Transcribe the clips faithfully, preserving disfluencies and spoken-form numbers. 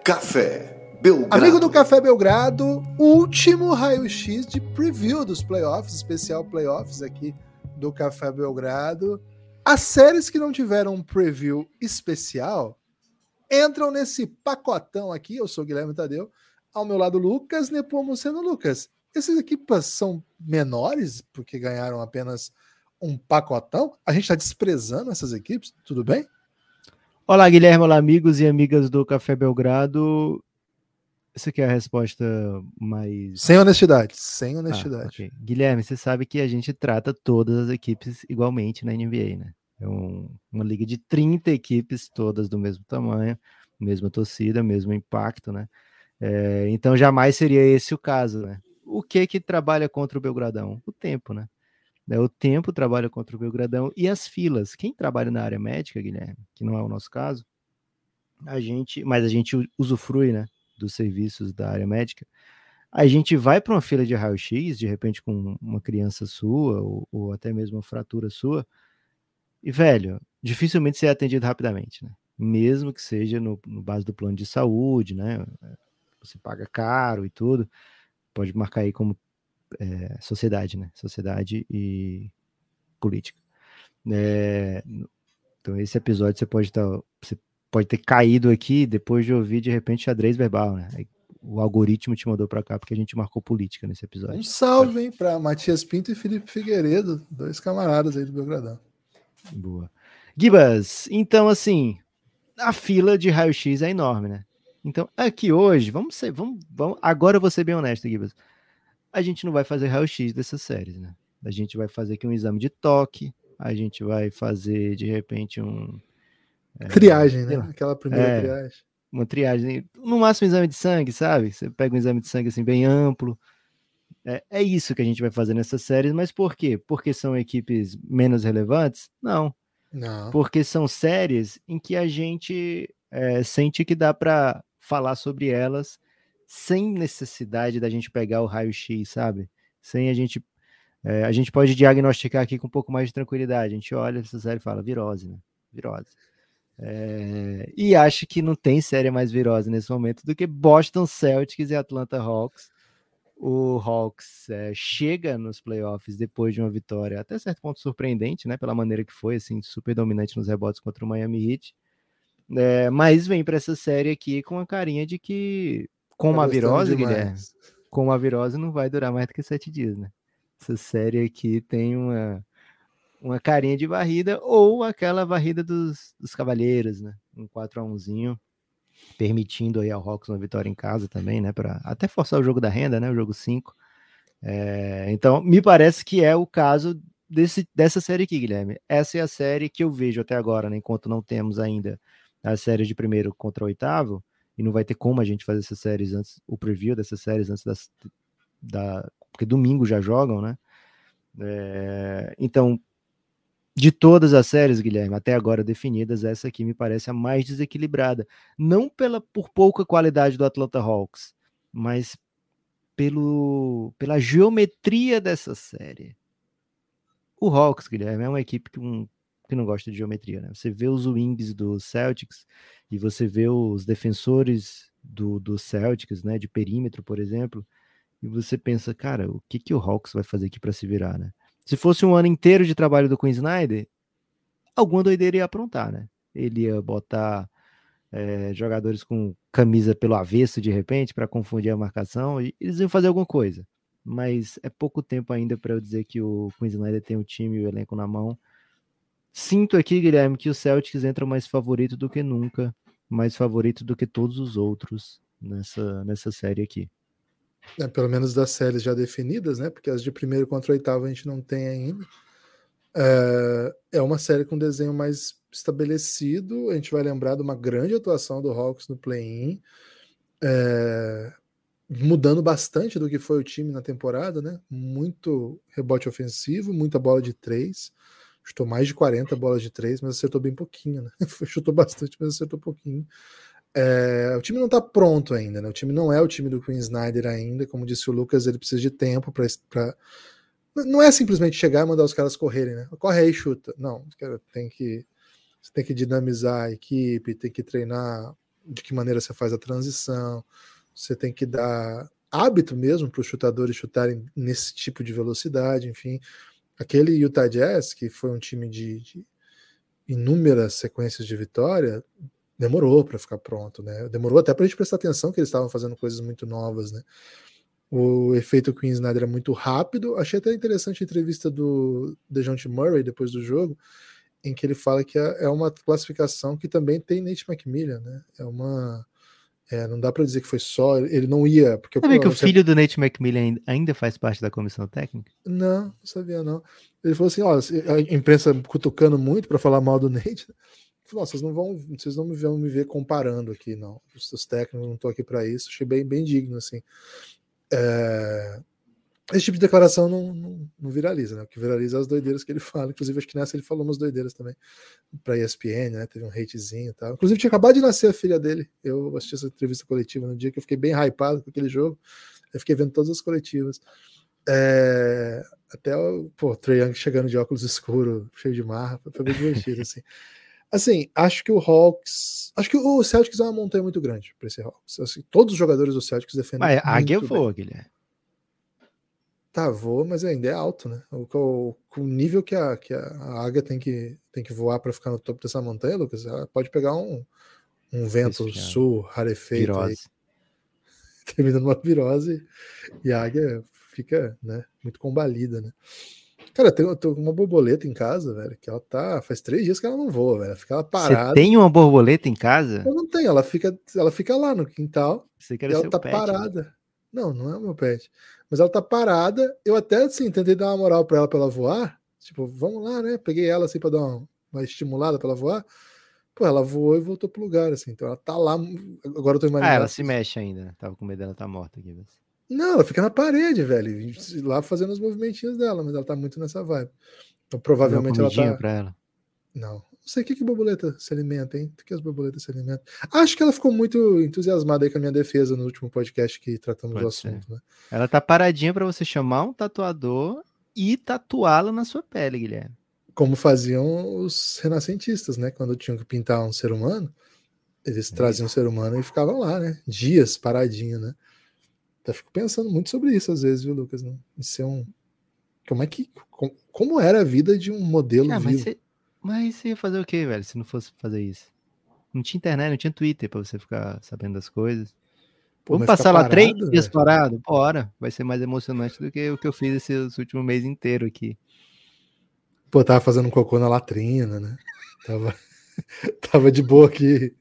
Café Belgrado. Amigo do Café Belgrado, último raio-x de preview dos playoffs, especial playoffs aqui do Café Belgrado. As séries que não tiveram um preview especial entram nesse pacotão aqui. Eu sou o Guilherme Tadeu, ao meu lado Lucas Nepomuceno. Lucas, essas equipes são menores porque ganharam apenas um pacotão? A gente está desprezando essas equipes? Tudo bem? Olá, Guilherme, olá, amigos e amigas do Café Belgrado. Essa aqui é a resposta mais... Sem honestidade, sem honestidade. Ah, okay. Guilherme, você sabe que a gente trata todas as equipes igualmente na N B A, né? É um, uma liga de trinta equipes, todas do mesmo tamanho, mesma torcida, mesmo impacto, né? É, então jamais seria esse o caso, né? O que que trabalha contra o Belgradão? O tempo, né? O tempo trabalha contra o Belgradão e as filas. Quem trabalha na área médica, Guilherme, que não é o nosso caso, a gente, mas a gente usufrui, né, dos serviços da área médica. A gente vai para uma fila de raio-x, de repente com uma criança sua ou, ou até mesmo uma fratura sua, e, velho, dificilmente você é atendido rapidamente, né? Mesmo que seja no, no base do plano de saúde, né? Você paga caro e tudo, pode marcar aí como É, sociedade, né? Sociedade e política. É, então, esse episódio você pode, tá, você pode ter caído aqui depois de ouvir, de repente, xadrez verbal, né? Aí, o algoritmo te mandou para cá porque a gente marcou política nesse episódio. Um salve, hein, para Matias Pinto e Felipe Figueiredo, dois camaradas aí do Belgradão. Boa. Gibas, então, assim, a fila de raio-x é enorme, né? Então, aqui hoje, vamos ser, vamos, vamos, agora eu vou ser bem honesto, Gibas. A gente não vai fazer raio-x dessas séries, né? A gente vai fazer aqui um exame de toque, a gente vai fazer, de repente, um... É, triagem, né? Aquela primeira é, triagem. Uma triagem. No máximo, um exame de sangue, sabe? Você pega um exame de sangue, assim, bem amplo. É, é isso que a gente vai fazer nessas séries, mas por quê? Porque são equipes menos relevantes? Não. Não. Porque são séries em que a gente é, sente que dá para falar sobre elas sem necessidade da gente pegar o raio-x, sabe? Sem a gente... É, a gente pode diagnosticar aqui com um pouco mais de tranquilidade. A gente olha essa série e fala, virose, né? Virose. É, e acho que não tem série mais virose nesse momento do que Boston Celtics e Atlanta Hawks. O Hawks é, chega nos playoffs depois de uma vitória até certo ponto surpreendente, né? Pela maneira que foi, assim, super dominante nos rebotes contra o Miami Heat. É, mas vem para essa série aqui com a carinha de que, com uma virose, Guilherme, com uma virose não vai durar mais do que sete dias, né? Essa série aqui tem uma, uma carinha de varrida ou aquela varrida dos, dos Cavaleiros, né? Um quatro a um, permitindo aí ao Hawks uma vitória em casa também, né? Para até forçar o jogo da renda, né? O jogo cinco. É, então, me parece que é o caso desse, dessa série aqui, Guilherme. Essa é a série que eu vejo até agora, né? Enquanto não temos ainda a série de primeiro contra o oitavo, e não vai ter como a gente fazer essas séries antes, o preview dessas séries antes das, da... porque domingo já jogam, né? É, então, de todas as séries, Guilherme, até agora definidas, essa aqui me parece a mais desequilibrada. Não pela, por pouca qualidade do Atlanta Hawks, mas pelo, pela geometria dessa série. O Hawks, Guilherme, é uma equipe que, um, que não gosta de geometria, né? Você vê os wings do Celtics e você vê os defensores do, do Celtics, né, de perímetro, por exemplo, e você pensa, cara, o que, que o Hawks vai fazer aqui para se virar, né? Se fosse um ano inteiro de trabalho do Quinn Snyder, alguma doideira ia aprontar, né? Ele ia botar é, jogadores com camisa pelo avesso, de repente, para confundir a marcação, e eles iam fazer alguma coisa. Mas é pouco tempo ainda para eu dizer que o Quinn Snyder tem o time e o elenco na mão. Sinto aqui, Guilherme, que o Celtics entra mais favorito do que nunca, mais favorito do que todos os outros nessa, nessa série aqui. É, pelo menos das séries já definidas, né? Porque as de primeiro contra o oitavo a gente não tem ainda. É, é uma série com desenho mais estabelecido. A gente vai lembrar de uma grande atuação do Hawks no play-in, é, mudando bastante do que foi o time na temporada, né? Muito rebote ofensivo, muita bola de três. Chutou mais de quarenta bolas de três, mas acertou bem pouquinho, né? Chutou bastante, mas acertou pouquinho. É, o time não está pronto ainda, né? O time não é o time do Quinn Snyder ainda. Como disse o Lucas, ele precisa de tempo para. Não é simplesmente chegar e mandar os caras correrem, né? Corre aí e chuta. Não, cara, tem que, você tem que dinamizar a equipe, tem que treinar de que maneira você faz a transição, você tem que dar hábito mesmo para os chutadores chutarem nesse tipo de velocidade, enfim. Aquele Utah Jazz, que foi um time de, de inúmeras sequências de vitória, demorou para ficar pronto, né? Demorou até para a gente prestar atenção que eles estavam fazendo coisas muito novas, né? O efeito Queen Snyder é muito rápido. Achei até interessante a entrevista do DeJounte Murray depois do jogo, em que ele fala que é uma classificação que também tem Nate McMillan, né? É uma... É, não dá para dizer que foi só... Ele não ia... Porque, Sabe pô, que o você... filho do Nate McMillan ainda faz parte da comissão técnica? Não, não sabia não. Ele falou assim, ó, a imprensa cutucando muito para falar mal do Nate. Ele falou, vocês não vão, vocês não vão me ver comparando aqui, não. Os, os técnicos não estão aqui para isso. Achei bem, bem digno, assim. É... Esse tipo de declaração não, não, não viraliza, né? O que viraliza é as doideiras que ele fala. Inclusive, acho que nessa ele falou umas doideiras também para E S P N, né? Teve um hatezinho e tal. Inclusive, tinha acabado de nascer a filha dele. Eu assisti essa entrevista coletiva no dia que eu fiquei bem hypado com aquele jogo. Eu fiquei vendo todas as coletivas. É... Até o pô, Trae Young chegando de óculos escuros, cheio de marra. Foi bem divertido, assim. Assim, acho que o Hawks... Acho que o Celtics é uma montanha muito grande para esse Hawks. Assim, todos os jogadores do Celtics defendem Mas a águia muito voa, bem. Guilherme. Tá, voa, mas ainda é alto, né? O, o, o nível que a, que a águia tem que, tem que voar para ficar no topo dessa montanha, Lucas, ela pode pegar um, um vento Resfriado. sul rarefeito Virose. aí, terminando uma virose, e a águia fica, né, muito combalida, né? Cara, eu tenho, eu tô com uma borboleta em casa, velho, que ela tá. Faz três dias que ela não voa, velho. Ela fica lá parada. Você tem uma borboleta em casa? Eu não tenho, ela fica, ela fica lá no quintal. Você E quer ela ser o tá pet, parada. né? Não, não é o meu pet. Mas ela tá parada. Eu até, assim, tentei dar uma moral pra ela pra ela voar. Tipo, vamos lá, né? Peguei ela, assim, pra dar uma, uma estimulada pra ela voar. Pô, ela voou e voltou pro lugar, assim. Então ela tá lá. Agora eu tô imaginando. Ah, ela se mexe ainda, né? Tava com medo dela estar morta aqui. Mas... Não, ela fica na parede, velho. Lá fazendo os movimentinhos dela, mas ela tá muito nessa vibe. Então provavelmente ela tá. Pra ela. Não. Não sei o que que borboleta se alimenta, hein? O que as borboletas se alimentam? Acho que ela ficou muito entusiasmada aí com a minha defesa no último podcast que tratamos Pode do ser. assunto, né? Ela tá paradinha pra você chamar um tatuador e tatuá-la na sua pele, Guilherme. Como faziam os renascentistas, né? Quando tinham que pintar um ser humano, eles É traziam um isso. ser humano e ficavam lá, né? Dias paradinho, né? Até fico pensando muito sobre isso às vezes, viu, Lucas? Né? Em ser um... Como é que... Como era a vida de um modelo Ah, vivo? mas você... mas você ia fazer o quê, velho, se não fosse fazer isso? Não tinha internet, não tinha Twitter pra você ficar sabendo das coisas. Pô, Vamos mas passar ficar lá três parado, dias velho? parado? Bora. Vai ser mais emocionante do que o que eu fiz esse último mês inteiro aqui. Pô, tava fazendo um cocô na latrina, né? Tava, tava de boa aqui.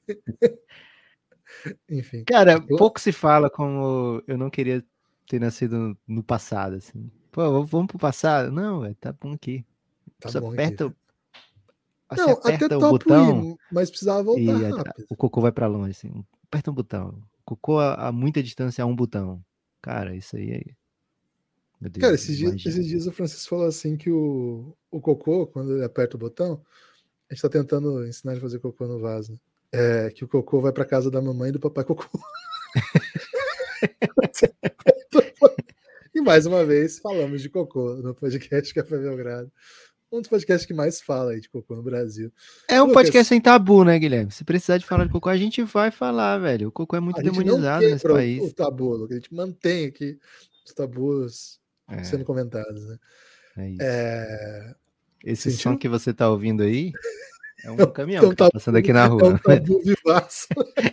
Enfim. Cara, pouco se fala como eu não queria ter nascido no passado, assim. Pô, vamos pro passado? Não, velho, tá bom aqui. Tá Você bom aqui. aperta, você Não, até aperta o topo botão ir, mas precisava voltar e a- rápido. o cocô vai pra longe, assim. Aperta um botão. O cocô a, a muita distância é um botão. Cara, isso aí é... Meu Deus, Cara, esses dias, imagina. esses dias o Francisco falou assim que o, o cocô, quando ele aperta o botão, a gente tá tentando ensinar ele a fazer cocô no vaso, né? É, que o cocô vai pra casa da mamãe e do papai cocô. E mais uma vez falamos de cocô no podcast Café Belgrado. Um dos podcasts que mais fala aí de cocô no Brasil. É um Lucas, podcast sem tabu, né, Guilherme? Se precisar de falar de cocô, a gente vai falar, velho. O cocô é muito a gente não demonizado nesse quebra o, o país. tabu, Lucas, a gente mantém aqui os tabus É, sendo comentados, né? é isso. É... Esse Sentiu? som que você tá ouvindo aí é um É um- caminhão é um que tá tabu, passando aqui na é rua. um tabu vivaço.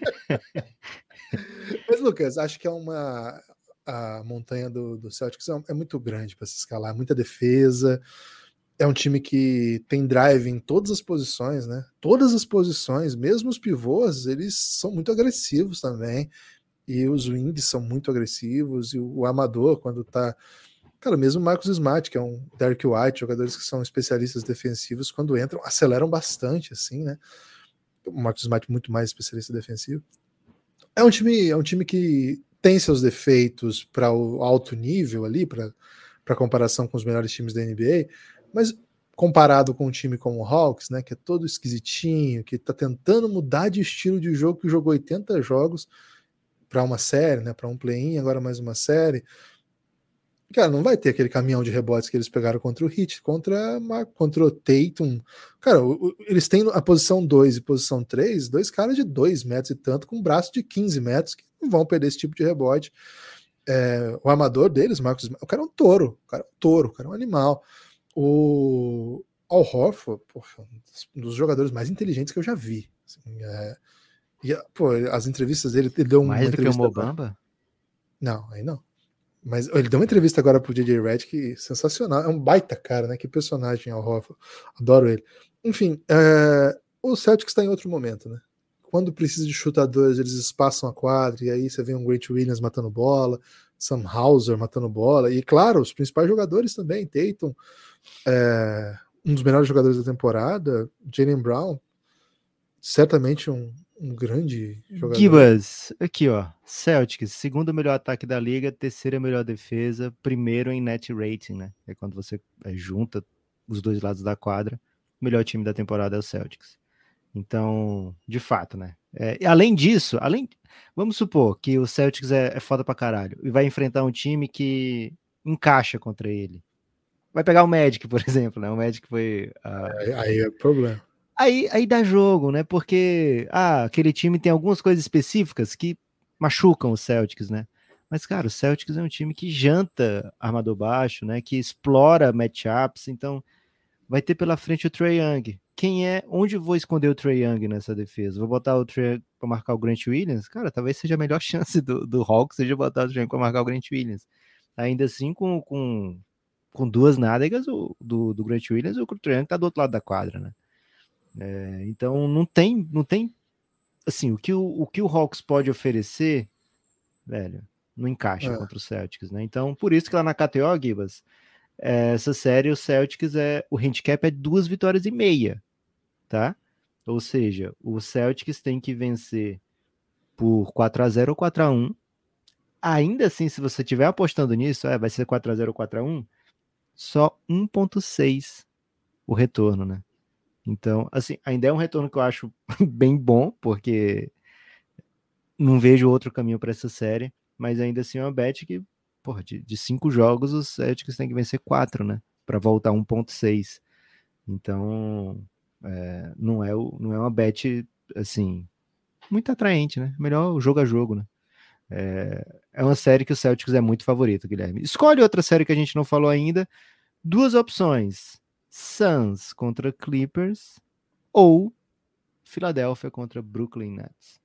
Mas, Lucas, acho que é uma. A montanha do, do Celtics é, é muito grande para se escalar, muita defesa. É um time que tem drive em todas as posições, né? Todas as posições, mesmo os pivôs, eles são muito agressivos também. E os wings são muito agressivos. E o, o amador, quando tá. Cara, mesmo o Marcus Smart, que é um Derek White, jogadores que são especialistas defensivos, quando entram, aceleram bastante, assim, né? O Marcus Smart muito mais especialista defensivo. É um time, é um time que tem seus defeitos para o alto nível ali, para comparação com os melhores times da N B A, mas comparado com um time como o Hawks, né, que é todo esquisitinho, que está tentando mudar de estilo de jogo, que jogou oitenta jogos para uma série, né, para um play-in, agora mais uma série. Cara, não vai ter aquele caminhão de rebotes que eles pegaram contra o Heat, contra, contra o Tatum. Cara, o, o, eles têm a posição dois e posição três, dois caras de dois metros e tanto, com um braço de quinze metros, que não vão perder esse tipo de rebote. É, o armador deles, Marcos, o cara é um touro, o cara é um touro, o cara é um animal. O Al Horford, porra, um dos jogadores mais inteligentes que eu já vi. Assim, é, e, pô, as entrevistas dele, ele deu uma Mais do que o entrevista. Mobamba? Não, aí não. Mas ele deu uma entrevista agora pro J J Redick, sensacional. É um baita cara, né? Que personagem, Al Horford. Adoro ele. Enfim, é, o Celtics está em outro momento, né? Quando precisa de chutadores, eles espaçam a quadra, e aí você vê um Grant Williams matando bola, Sam Hauser matando bola, e claro, os principais jogadores também, Tatum, é, um dos melhores jogadores da temporada, Jaylen Brown, certamente um, um grande jogador. Gibas, aqui ó, Celtics, segundo melhor ataque da liga, terceira melhor defesa, primeiro em net rating, né? É quando você é, junta os dois lados da quadra, o melhor time da temporada é o Celtics. Então, de fato, né? É, e além disso, além, vamos supor que o Celtics é, é foda pra caralho e vai enfrentar um time que encaixa contra ele. Vai pegar o Magic, por exemplo, né? O Magic foi... Uh... Aí, aí é problema. Aí, aí dá jogo, né? Porque ah, aquele time tem algumas coisas específicas que machucam o Celtics, né? Mas, cara, o Celtics é um time que janta armador baixo, né? Que explora matchups, então vai ter pela frente o Trae Young. Quem é? Onde vou esconder o Trae Young nessa defesa? Vou botar o Trae para marcar o Grant Williams? Cara, talvez seja a melhor chance do, do Hawks seja botar o Trae Young para marcar o Grant Williams. Ainda assim, com, com, com duas nádegas o, do, do Grant Williams, o Trae Young tá do outro lado da quadra, né? É, então não tem, não tem assim, o que o, o que o Hawks pode oferecer, velho, não encaixa é. contra o Celtics, né? Então, por isso que lá na K T O, Gibas, é, essa série o Celtics é, o handicap é duas vitórias e meia, tá? Ou seja, o Celtics tem que vencer por quatro a zero ou quatro a um. Ainda assim, se você estiver apostando nisso, é, vai ser quatro a zero ou quatro a um, só um ponto seis o retorno, né? Então, assim, ainda é um retorno que eu acho bem bom, porque não vejo outro caminho para essa série, mas ainda assim é uma bet que, porra, de, de cinco jogos, os Celtics têm que vencer quatro, né? Para voltar um ponto seis. Então, é, não, é o, não é uma bet, assim, muito atraente, né? Melhor jogo a jogo, né? É, é uma série que o Celtics é muito favorito, Guilherme. Escolhe outra série que a gente não falou ainda. Duas opções. Suns contra Clippers ou Philadelphia contra Brooklyn Nets.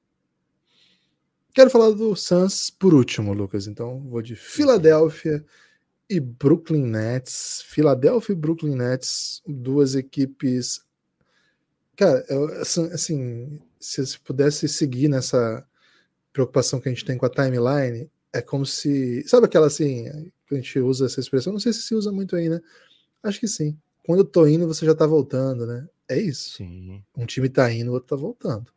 Quero falar do Suns por último, Lucas. Então vou de Philadelphia e Brooklyn Nets. Philadelphia e Brooklyn Nets, duas equipes. Cara, eu, assim, se eu pudesse seguir nessa preocupação que a gente tem com a timeline, é como se. Sabe aquela assim, que a gente usa essa expressão? Não sei se se usa muito aí, né? Acho que sim. Quando eu tô indo, você já tá voltando, né? É isso. Sim. Um time tá indo, o outro tá voltando.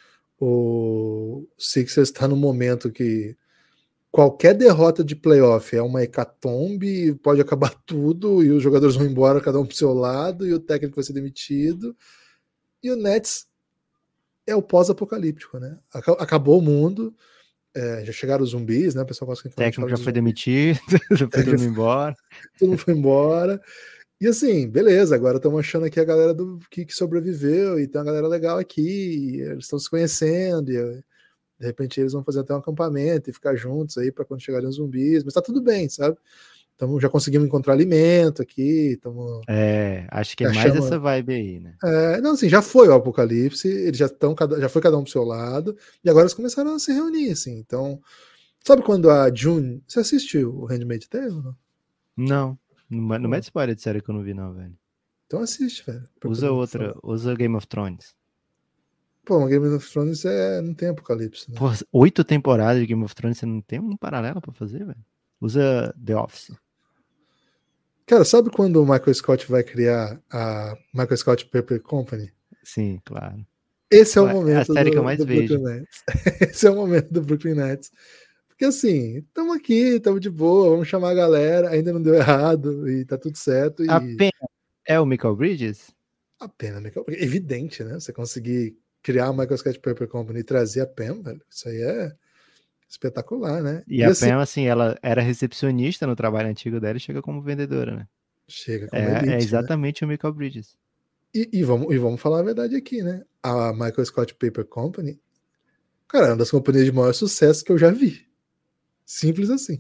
O Sixers está no momento que qualquer derrota de playoff é uma hecatombe, pode acabar tudo, e os jogadores vão embora, cada um pro seu lado, e o técnico vai ser demitido. E o Nets é o pós-apocalíptico, né? Acabou o mundo, é, já chegaram os zumbis, né? O pessoal gosta que o técnico já foi zumbis. demitido, já foi todo mundo embora. Todo mundo foi embora. E assim, beleza, agora estamos achando aqui a galera do que, que sobreviveu, e tem uma galera legal aqui, eles estão se conhecendo, e de repente eles vão fazer até um acampamento e ficar juntos aí para quando chegarem os zumbis, mas tá tudo bem, sabe? Então já conseguimos encontrar alimento aqui, tamo... É, acho que é mais essa vibe aí, né? É, não, assim, já foi o apocalipse, eles já estão, já foi cada um pro seu lado, e agora eles começaram a se reunir, assim, então... Sabe quando a June... Você assistiu o Handmaid's Tale, não? Não, não, não mete spoiler de série que eu não vi não, velho. Então assiste, velho. Usa outra, falar. Usa Game of Thrones. Pô, o Game of Thrones é, não tem apocalipse, né? Pô, oito temporadas de Game of Thrones, você não tem um paralelo pra fazer, velho? Usa The Office. Cara, sabe quando o Michael Scott vai criar a Michael Scott Paper Company? Sim, claro. Esse é o Pô, momento é a série do, que eu mais do vejo. Brooklyn Nets. Esse é o momento do Brooklyn Nets. Porque assim, estamos aqui, estamos de boa, vamos chamar a galera, ainda não deu errado e tá tudo certo. E... A pena é o Michael Bridges? A pena, Michael... é evidente, né? Você conseguir criar a Michael Scott Paper Company e trazer a Pam, velho, isso aí é... espetacular, né? E, E a assim, Pam, assim, ela era recepcionista no trabalho antigo dela e chega como vendedora, né? chega como É, é elite, né? exatamente o Michael Bridges. E, e vamos, e vamos falar a verdade aqui, né? A Michael Scott Paper Company, cara, é uma das companhias de maior sucesso que eu já vi. Simples assim.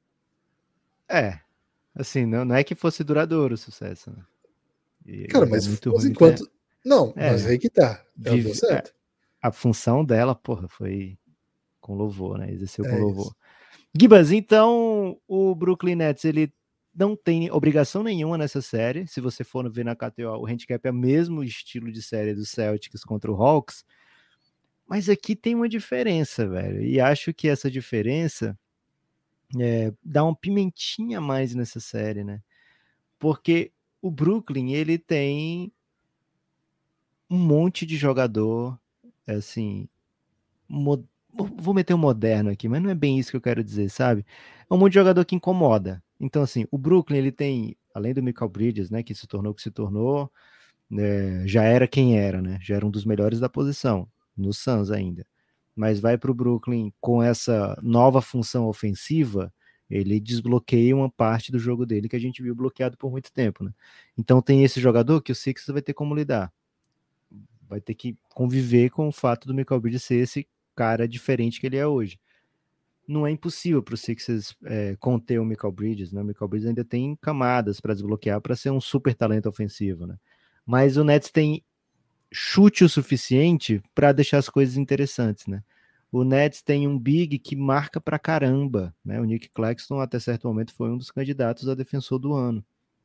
É, assim, não, não é que fosse duradouro o sucesso, né? E Cara, era mas muito ruim, fosse muito... É, enquanto. Não, mas é, aí que tá. Ela deu vive, é, certo. a função dela, porra, foi com louvor, né? Exerceu com É louvor. isso. Gibas, então o Brooklyn Nets, ele não tem obrigação nenhuma nessa série. Se você for ver na K T O, o handicap é o mesmo estilo de série do Celtics contra o Hawks, mas aqui tem uma diferença, velho. E acho que essa diferença é, dá uma pimentinha a mais nessa série, né? Porque o Brooklyn, ele tem um monte de jogador, assim, mo- vou meter um moderno aqui, mas não é bem isso que eu quero dizer, sabe? É um monte de jogador que incomoda. Então, assim, o Brooklyn, ele tem, além do Michael Bridges, né, que se tornou o que se tornou, né, já era quem era, né? Já era um dos melhores da posição, no Suns ainda. Mas vai para o Brooklyn com essa nova função ofensiva, ele desbloqueia uma parte do jogo dele que a gente viu bloqueado por muito tempo, né? Então tem esse jogador que o Sixers vai ter como lidar. Vai ter que conviver com o fato do Michael Bridges ser esse cara diferente que ele é hoje. Não é impossível para o Sixers é, conter o Michael Bridges, né? O Michael Bridges ainda tem camadas para desbloquear para ser um super talento ofensivo, né? Mas o Nets tem chute o suficiente para deixar as coisas interessantes, né? O Nets tem um big que marca pra caramba, né? O Nick Claxton até certo momento foi um dos candidatos a defensor do ano,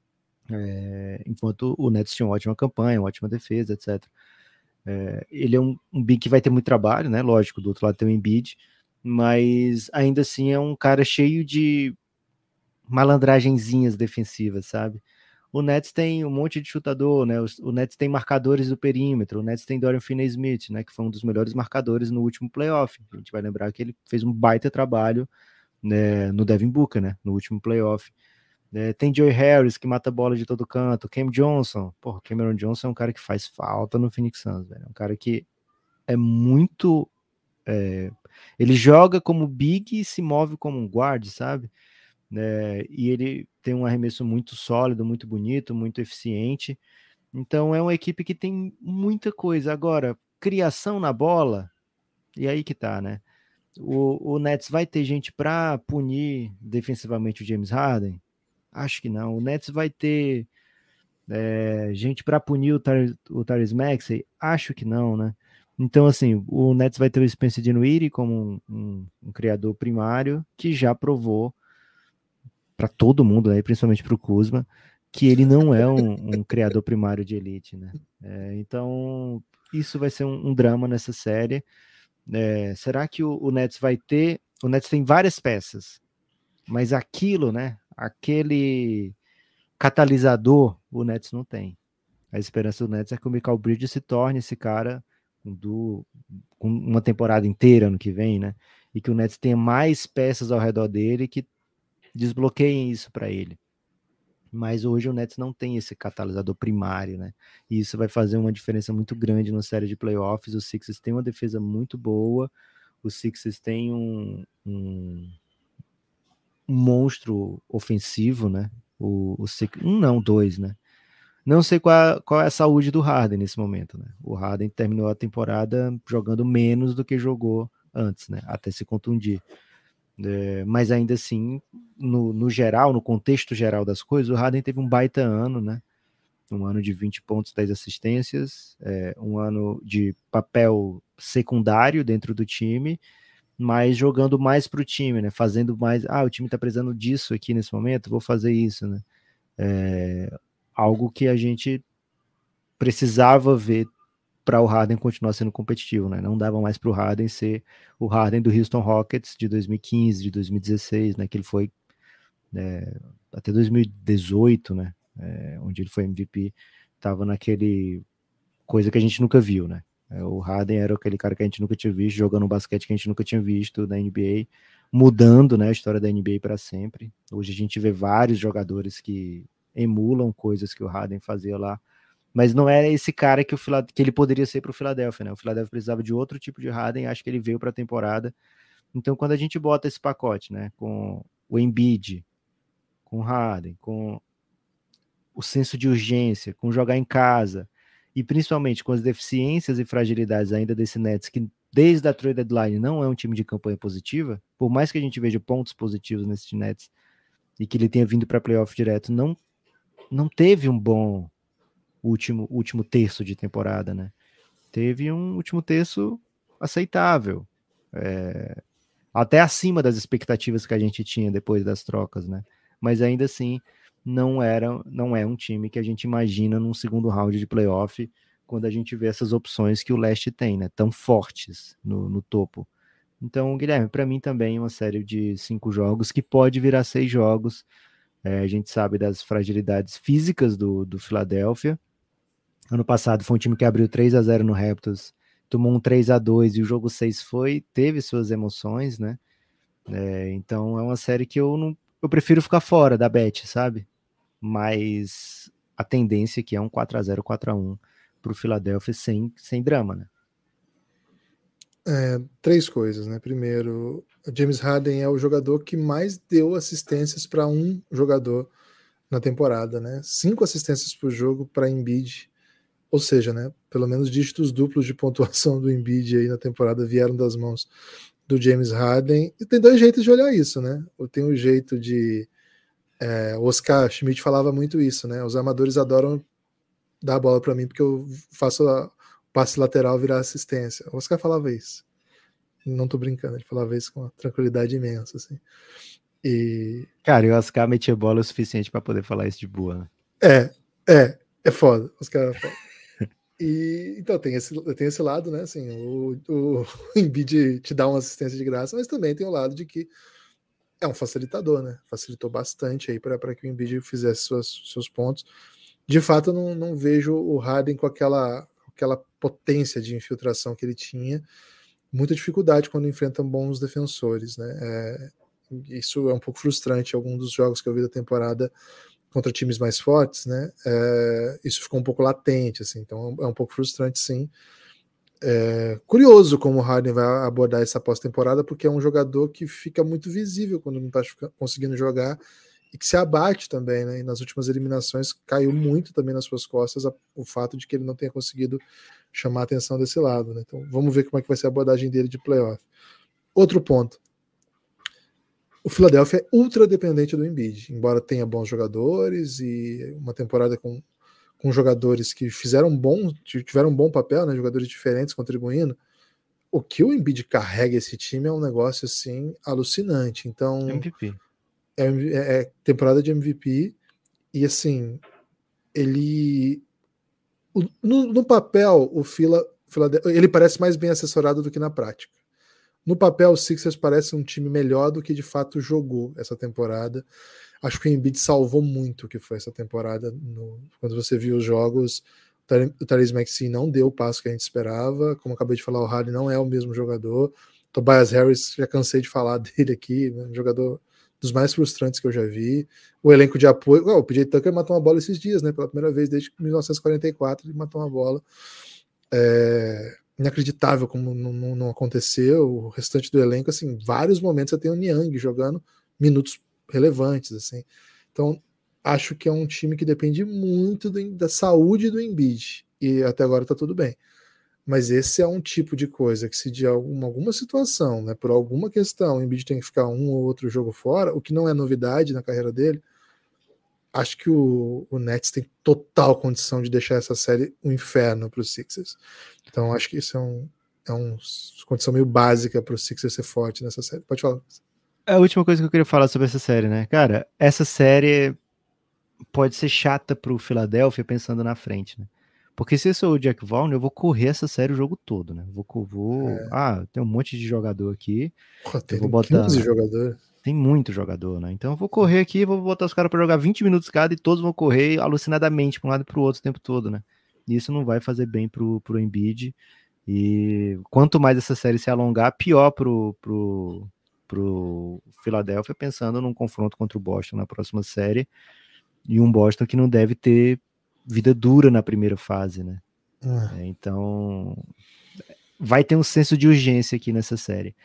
é, enquanto o Nets tinha uma ótima campanha, uma ótima defesa, etcétera. É, ele é um, um big que vai ter muito trabalho, né? Lógico, do outro lado tem o Embiid, mas ainda assim é um cara cheio de malandragenzinhas defensivas, sabe? O Nets tem um monte de chutador, né? O, o Nets tem marcadores do perímetro, o Nets tem Dorian Finney-Smith, né? Que foi um dos melhores marcadores no último playoff. A gente vai lembrar que ele fez um baita trabalho, né, no Devin Booker, né? No último playoff. É, tem Joey Harris, que mata a bola de todo canto. Cam Johnson. Porra, Cameron Johnson é um cara que faz falta no Phoenix Suns, velho. É um cara que é muito... É, ele joga como big e se move como um guard, sabe? É, e ele tem um arremesso muito sólido, muito bonito, muito eficiente. Então é uma equipe que tem muita coisa. Agora, criação na bola, e aí que tá, né? O, o Nets vai ter gente para punir defensivamente o James Harden? Acho que não. O Nets vai ter é, gente para punir o, Tar, o Tyrese Maxey? Acho que não, né? Então, assim, o Nets vai ter o Spencer Dinwiddie como um, um, um criador primário que já provou para todo mundo, né, principalmente para o Kuzma, que ele não é um, um criador primário de elite, né? É, então, isso vai ser um, um drama nessa série. É, será que o, o Nets vai ter... O Nets tem várias peças, mas aquilo, né? Aquele catalisador, o Nets não tem. A esperança do Nets é que o Michael Bridges se torne esse cara do, com uma temporada inteira ano que vem, né? E que o Nets tenha mais peças ao redor dele que desbloqueiem isso para ele. Mas hoje o Nets não tem esse catalisador primário, né? E isso vai fazer uma diferença muito grande na série de playoffs. O Sixers tem uma defesa muito boa, o Sixers tem um, um, um monstro ofensivo, né? O, o Sixers, um não, dois, né? Não sei qual, qual é a saúde do Harden nesse momento, né? O Harden terminou a temporada jogando menos do que jogou antes, né? Até se contundir. É, mas ainda assim, no, no geral, no contexto geral das coisas, o Harden teve um baita ano, né? Um ano de vinte pontos, dez assistências, é, um ano de papel secundário dentro do time, mas jogando mais para o time, né? Fazendo mais. Ah, o time está precisando disso aqui nesse momento, vou fazer isso, né? É, algo que a gente precisava ver para o Harden continuar sendo competitivo, né? Não dava mais para o Harden ser o Harden do Houston Rockets de dois mil e quinze, de dois mil e dezesseis, né? Que ele foi é, até dois mil e dezoito, né? É, onde ele foi M V P, tava naquele coisa que a gente nunca viu, né? É, o Harden era aquele cara que a gente nunca tinha visto, jogando um basquete que a gente nunca tinha visto na N B A, mudando, né, a história da N B A para sempre. Hoje a gente vê vários jogadores que emulam coisas que o Harden fazia lá, mas não era esse cara que, o, que ele poderia ser para o Philadelphia, né? O Philadelphia precisava de outro tipo de Harden, acho que ele veio para a temporada Então, quando a gente bota esse pacote, né, com o Embiid, com o Harden, com o senso de urgência, com jogar em casa, e principalmente com as deficiências e fragilidades ainda desse Nets, que desde a trade deadline não é um time de campanha positiva, por mais que a gente veja pontos positivos nesse Nets, e que ele tenha vindo para playoff direto, não, não teve um bom último, último terço de temporada, né? Teve um último terço aceitável, é, até acima das expectativas que a gente tinha depois das trocas, né? Mas ainda assim, não era, não é um time que a gente imagina num segundo round de playoff, quando a gente vê essas opções que o leste tem, né? Tão fortes no, no topo. Então, Guilherme, para mim também é uma série de cinco jogos que pode virar seis jogos. É, a gente sabe das fragilidades físicas do, do Philadelphia. Ano passado foi um time que abriu três a zero no Raptors, tomou um três a dois e o jogo seis foi, teve suas emoções, né? É, então é uma série que eu não, eu prefiro ficar fora da bet, sabe? Mas a tendência aqui é um quatro a zero, quatro a um pro Philadelphia sem, sem drama, né? É, três coisas, né? Primeiro, James Harden é o jogador que mais deu assistências para um jogador na temporada, né? Cinco assistências por jogo para Embiid, ou seja, né? Pelo menos dígitos duplos de pontuação do Embiid aí na temporada vieram das mãos do James Harden. E tem dois jeitos de olhar isso, né? Tem o jeito de é, o Oscar Schmidt falava muito isso, né? Os armadores adoram dar a bola para mim porque eu faço a passe lateral virar assistência. O Oscar falava isso. Não tô brincando, ele falava isso com uma tranquilidade imensa, assim. E... Cara, e o Oscar metia bola o suficiente para poder falar isso de boa, né? É, é, é foda. Oscar é foda. E, então tem esse, tem esse lado, né? Assim, o, o Embiid te dá uma assistência de graça, mas também tem o lado de que é um facilitador, né? Facilitou bastante aí para que o Embiid fizesse suas, seus pontos. De fato, eu não, não vejo o Harden com aquela, aquela potência de infiltração que ele tinha. Muita dificuldade quando enfrentam bons defensores, né? É, isso é um pouco frustrante. Alguns dos jogos que eu vi da temporada contra times mais fortes, né? É, isso ficou um pouco latente, assim. Então é um pouco frustrante, sim. É, curioso como o Harden vai abordar essa pós-temporada, porque é um jogador que fica muito visível quando não está conseguindo jogar e que se abate também, né? E nas últimas eliminações caiu muito também nas suas costas a, o fato de que ele não tenha conseguido chamar a atenção desse lado, né? Então vamos ver como é que vai ser a abordagem dele de playoff. Outro ponto. O Philadelphia é ultra dependente do Embiid, embora tenha bons jogadores e uma temporada com, com jogadores que fizeram bom, tiveram um bom papel, né? Jogadores diferentes contribuindo. O que o Embiid carrega esse time é um negócio assim alucinante. Então M V P. É, é temporada de M V P e assim ele no, no papel o Fila, ele parece mais bem assessorado do que na prática. No papel o Sixers parece um time melhor do que de fato jogou essa temporada. Acho que o Embiid salvou muito o que foi essa temporada. No, quando você viu os jogos, o Tyrese Maxey não deu o passo que a gente esperava. Como eu acabei de falar, o Harden não é o mesmo jogador. Tobias Harris, já cansei de falar dele aqui, né, um jogador dos mais frustrantes que eu já vi. O elenco de apoio, oh, o P J Tucker matou uma bola esses dias, né? Pela primeira vez desde mil novecentos e quarenta e quatro ele matou uma bola. É inacreditável como não, não, não aconteceu. O restante do elenco, assim, vários momentos você tem o Niang jogando minutos relevantes, assim. Então, acho que é um time que depende muito do, da saúde do Embiid. E até agora tá tudo bem. Mas esse é um tipo de coisa que se de alguma, alguma situação, né, por alguma questão, o Embiid tem que ficar um ou outro jogo fora, o que não é novidade na carreira dele, acho que o, o Nets tem total condição de deixar essa série um inferno para os Sixers. Então acho que isso é, um, é uma condição meio básica para o Sixers ser forte nessa série. Pode falar. A última coisa que eu queria falar sobre essa série, né? Cara, essa série pode ser chata pro Philadelphia pensando na frente, né? Porque se eu sou o Jack Vaughn, eu vou correr essa série o jogo todo, né? Vou, vou... É. Ah, tem um monte de jogador aqui. Pô, tem eu vou botar... quinze jogadores. Tem muito jogador, né? Então eu vou correr aqui e vou botar os caras pra jogar vinte minutos cada e todos vão correr alucinadamente pra um lado e pro outro o tempo todo, né? E isso não vai fazer bem pro, pro Embiid. E quanto mais essa série se alongar, pior pro, pro, pro Philadelphia, pensando num confronto contra o Boston na próxima série. E um Boston que não deve ter vida dura na primeira fase, né? Uhum. É, então vai ter um senso de urgência aqui nessa série.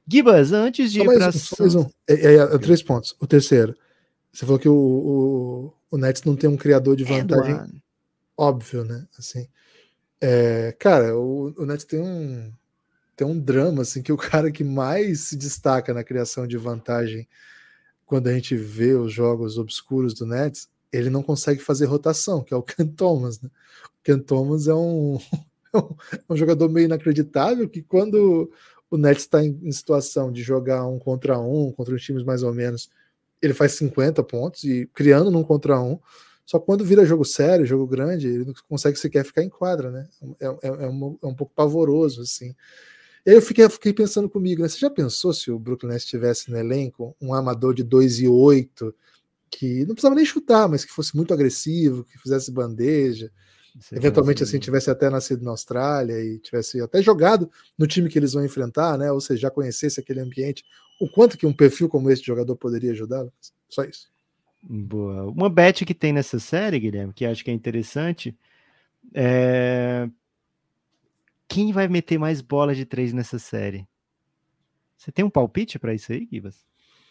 Gibas, antes de só ir mais para um, só mais um. É, é, é, três pontos. O terceiro. Você falou que o, o, o Nets não tem um criador de vantagem óbvio, né? Assim, é, cara, o, o Nets tem um, tem um drama, assim, que o cara que mais se destaca na criação de vantagem quando a gente vê os jogos obscuros do Nets, ele não consegue fazer rotação, que é o Cam Thomas, né? O Cam Thomas é um, é um jogador meio inacreditável que quando o Nets está em, em situação de jogar um contra um, contra os times mais ou menos, ele faz cinquenta pontos e criando num contra um, só que quando vira jogo sério, jogo grande, ele não consegue sequer ficar em quadra, né? É, é, é, um, é um pouco pavoroso, assim. E aí eu fiquei, fiquei pensando comigo, né? Você já pensou se o Brooklyn Nets tivesse no elenco um armador de dois e oito que não precisava nem chutar, mas que fosse muito agressivo, que fizesse bandeja, seria eventualmente assim tivesse até nascido na Austrália e tivesse até jogado no time que eles vão enfrentar, né? Ou seja, já conhecesse aquele ambiente, o quanto que um perfil como esse de jogador poderia ajudá-lo? Só isso. Boa. Uma bet que tem nessa série, Guilherme, que acho que é interessante, é quem vai meter mais bola de três nessa série? Você tem um palpite para isso aí, Gibas?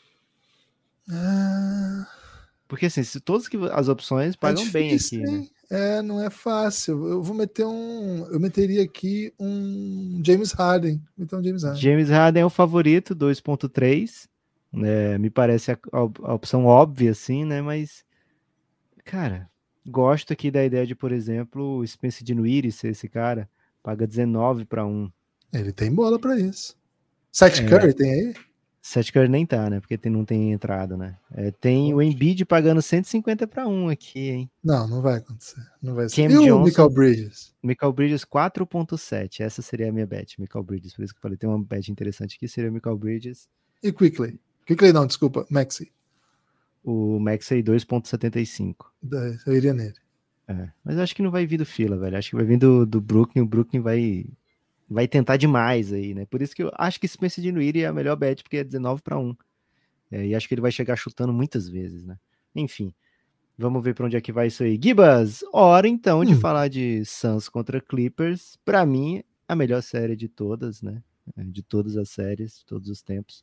Ah... Porque assim, se todas as opções pagam é bem aqui, hein? né? É, não é fácil. Eu vou meter um. Eu meteria aqui um James Harden. Então, James Harden. James Harden é o favorito, dois ponto três. É, me parece a, a, a opção óbvia, assim, né? Mas, cara, gosto aqui da ideia de, por exemplo, o Spencer Dinwiddie ser esse cara. Paga dezenove para um. Ele tem bola para isso. Seth é, Curry tem aí? Seth Curry nem tá, né? Porque tem, não tem entrada, né? É, tem Poxa. O Embiid pagando cento e cinquenta para um aqui, hein? Não, não vai acontecer. Não vai ser. Cam e Johnson, o Michael Bridges? Michael Bridges quatro ponto sete. Essa seria a minha bet. Michael Bridges. Por isso que eu falei, tem uma bet interessante aqui. Seria o Michael Bridges. E Quickley? Quickley não, desculpa. Maxey. O Maxey dois ponto setenta e cinco. Eu iria nele. É, mas acho que não vai vir do Fila, velho. Acho que vai vir do, do Brooklyn. O Brooklyn vai, vai tentar demais aí, né? Por isso que eu acho que esse Spencer Dinwiddie é a melhor bet, porque é dezenove para um. É, e acho que ele vai chegar chutando muitas vezes, né? Enfim, vamos ver para onde é que vai isso aí. Gibas, hora então de hum. falar de Suns contra Clippers. Para mim, a melhor série de todas, né? De todas as séries, de todos os tempos.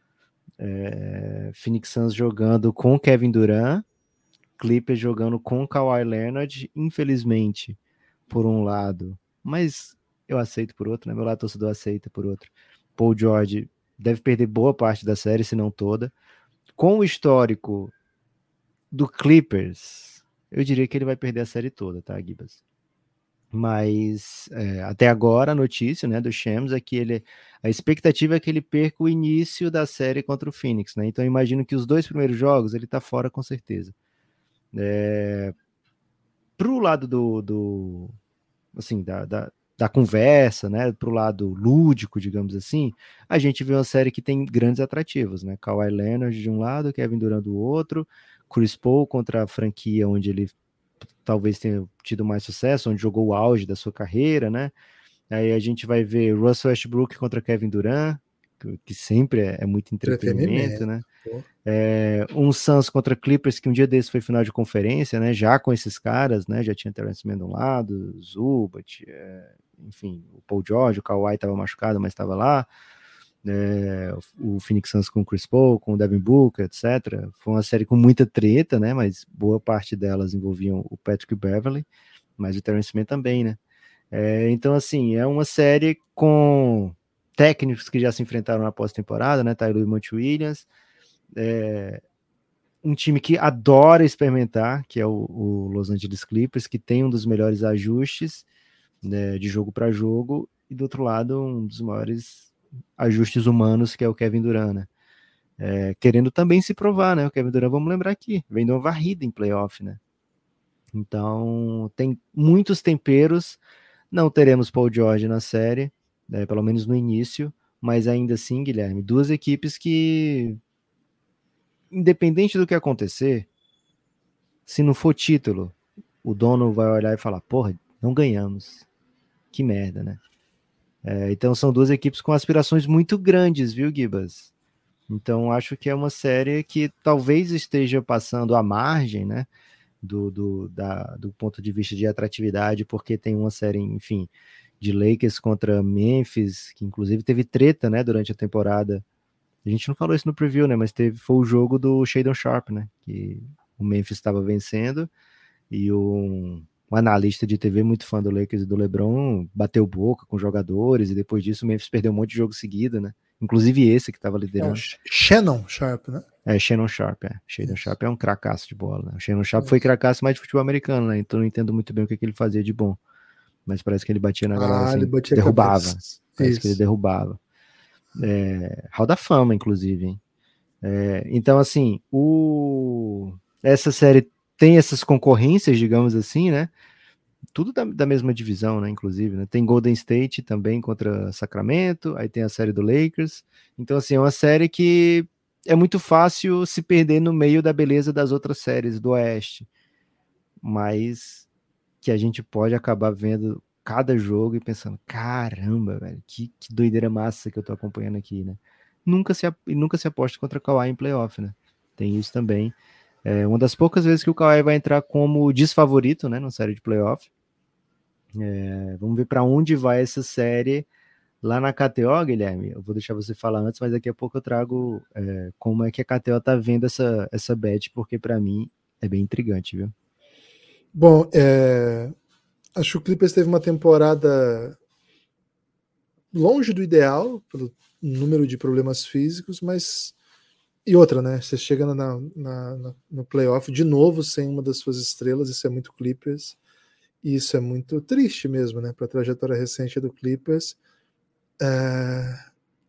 É, Phoenix Suns jogando com Kevin Durant, Clippers jogando com Kawhi Leonard, infelizmente, por um lado, mas eu aceito por outro, né? Meu lado torcedor aceita por outro. Paul George deve perder boa parte da série, se não toda. Com o histórico do Clippers, eu diria que ele vai perder a série toda, tá, Gibas? Mas é, até agora a notícia, né, do Shams é que ele, a expectativa é que ele perca o início da série contra o Phoenix, né? Então eu imagino que os dois primeiros jogos ele tá fora com certeza. É, pro lado do, do assim, da, da, da conversa, né, pro lado lúdico, digamos assim, a gente vê uma série que tem grandes atrativos, né? Kawhi Leonard de um lado, Kevin Durant do outro, Chris Paul contra a franquia onde ele talvez tenha tido mais sucesso, onde jogou o auge da sua carreira, né? Aí a gente vai ver Russell Westbrook contra Kevin Durant, que, que sempre é, é muito entretenimento, né? É, um Suns contra Clippers, que um dia desse foi final de conferência, né? Já com esses caras, né? Já tinha Terence Mann de um lado, Zubat, é, enfim, o Paul George, o Kawhi estava machucado, mas estava lá. É, o Phoenix Suns com o Chris Paul, com o Devin Booker, etcétera. Foi uma série com muita treta, né? Mas boa parte delas envolviam o Patrick Beverley, mas o Terence Mann também, né? É, então, assim, é uma série com técnicos que já se enfrentaram na pós-temporada, né? Tyler e Monte Williams. É, um time que adora experimentar, que é o, o Los Angeles Clippers, que tem um dos melhores ajustes, né, de jogo para jogo, e do outro lado, um dos maiores ajustes humanos, que é o Kevin Durant, né? É, querendo também se provar, né? O Kevin Durant, vamos lembrar aqui, vem de uma varrida em playoff, né? Então, tem muitos temperos. Não teremos Paul George na série, né, pelo menos no início, mas ainda assim, Guilherme, duas equipes que, independente do que acontecer, se não for título, o dono vai olhar e falar, porra, não ganhamos. Que merda, né? É, então são duas equipes com aspirações muito grandes, viu, Gibas? Então acho que é uma série que talvez esteja passando à margem, né, do, do, da, do ponto de vista de atratividade, porque tem uma série, enfim, de Lakers contra Memphis, que inclusive teve treta, né, durante a temporada. A gente não falou isso no preview, né, mas teve, foi o jogo do Shadon Sharp, né, que o Memphis estava vencendo e um, um analista de T V muito fã do Lakers e do LeBron bateu boca com jogadores e depois disso o Memphis perdeu um monte de jogo seguido, né, inclusive esse que estava liderando. É o Shannon Sharp, né? É, Shannon Sharp, é. Shadon Sharp é um cracaço de bola, né? O Shannon Sharp Isso. foi cracaço mais de futebol americano, né? Então não entendo muito bem o que, que ele fazia de bom. Mas parece que ele batia na galera, ah, assim, ele batia derrubava. Parece Isso. que ele derrubava. É, Hall da Fama, inclusive, hein? É, então, assim, o... essa série tem essas concorrências, digamos assim, né? Tudo da, da mesma divisão, né? Inclusive, né? Tem Golden State também contra Sacramento, aí tem a série do Lakers. Então, assim, é uma série que é muito fácil se perder no meio da beleza das outras séries do Oeste, mas que a gente pode acabar vendo cada jogo e pensando, caramba, velho, que, que doideira massa que eu tô acompanhando aqui, né? Nunca se, nunca se aposta contra o Kawhi em playoff, né? Tem isso também. É uma das poucas vezes que o Kawhi vai entrar como desfavorito, né, na série de playoff. É, vamos ver para onde vai essa série lá na K T O, Guilherme. Eu vou deixar você falar antes, mas daqui a pouco eu trago é, como é que a K T O tá vendo essa, essa bet, porque para mim é bem intrigante, viu? Bom, é... acho que o Clippers teve uma temporada longe do ideal, pelo número de problemas físicos, mas e outra, né? Você chega na, na, na, no playoff de novo sem uma das suas estrelas, isso é muito Clippers, e isso é muito triste mesmo, né? Para a trajetória recente do Clippers. É...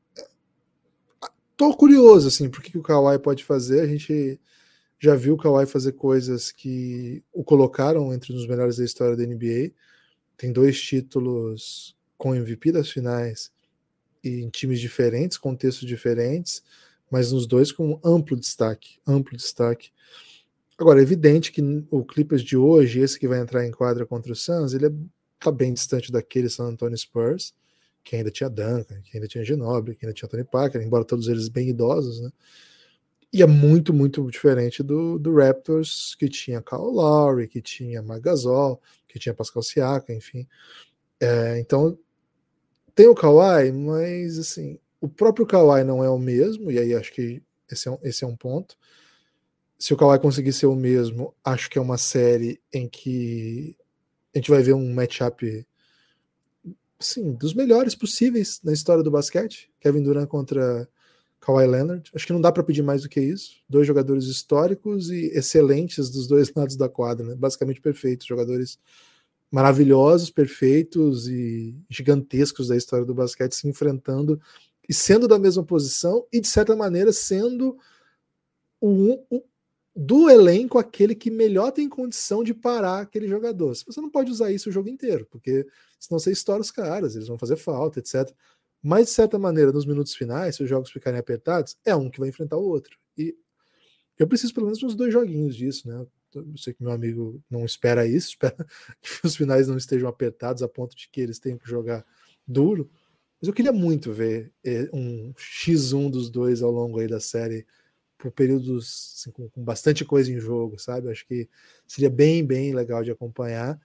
Tô curioso, assim, por que, que o Kawhi pode fazer. A gente já viu o Kawhi fazer coisas que o colocaram entre os melhores da história da N B A. Tem dois títulos com M V P das finais e em times diferentes, contextos diferentes, mas nos dois com amplo destaque, amplo destaque. Agora, é evidente que o Clippers de hoje, esse que vai entrar em quadra contra o Suns, ele está bem distante daquele San Antonio Spurs, que ainda tinha Duncan, que ainda tinha Ginobili, que ainda tinha Tony Parker, embora todos eles bem idosos, né? E é muito, muito diferente do, do Raptors, que tinha Kyle Lowry, que tinha Marc Gasol, que tinha Pascal Siakam, enfim. É, então, tem o Kawhi, mas assim, o próprio Kawhi não é o mesmo, e aí acho que esse é um, esse é um ponto. Se o Kawhi conseguir ser o mesmo, acho que é uma série em que a gente vai ver um matchup, sim, dos melhores possíveis na história do basquete. Kevin Durant contra Kawhi Leonard. Acho que não dá para pedir mais do que isso. Dois jogadores históricos e excelentes dos dois lados da quadra, né? Basicamente perfeitos, jogadores maravilhosos, perfeitos e gigantescos da história do basquete se enfrentando e sendo da mesma posição e, de certa maneira, sendo o, o, do elenco aquele que melhor tem condição de parar aquele jogador. Você não pode usar isso o jogo inteiro, porque senão você estoura os caras, eles vão fazer falta, etcétera. Mas, de certa maneira, nos minutos finais, se os jogos ficarem apertados, é um que vai enfrentar o outro. E eu preciso pelo menos uns dois joguinhos disso, né? Eu sei que meu amigo não espera isso, espera que os finais não estejam apertados a ponto de que eles tenham que jogar duro. Mas eu queria muito ver um xis um dos dois ao longo aí da série, por períodos assim, com, com bastante coisa em jogo, sabe? Acho que seria bem, bem legal de acompanhar.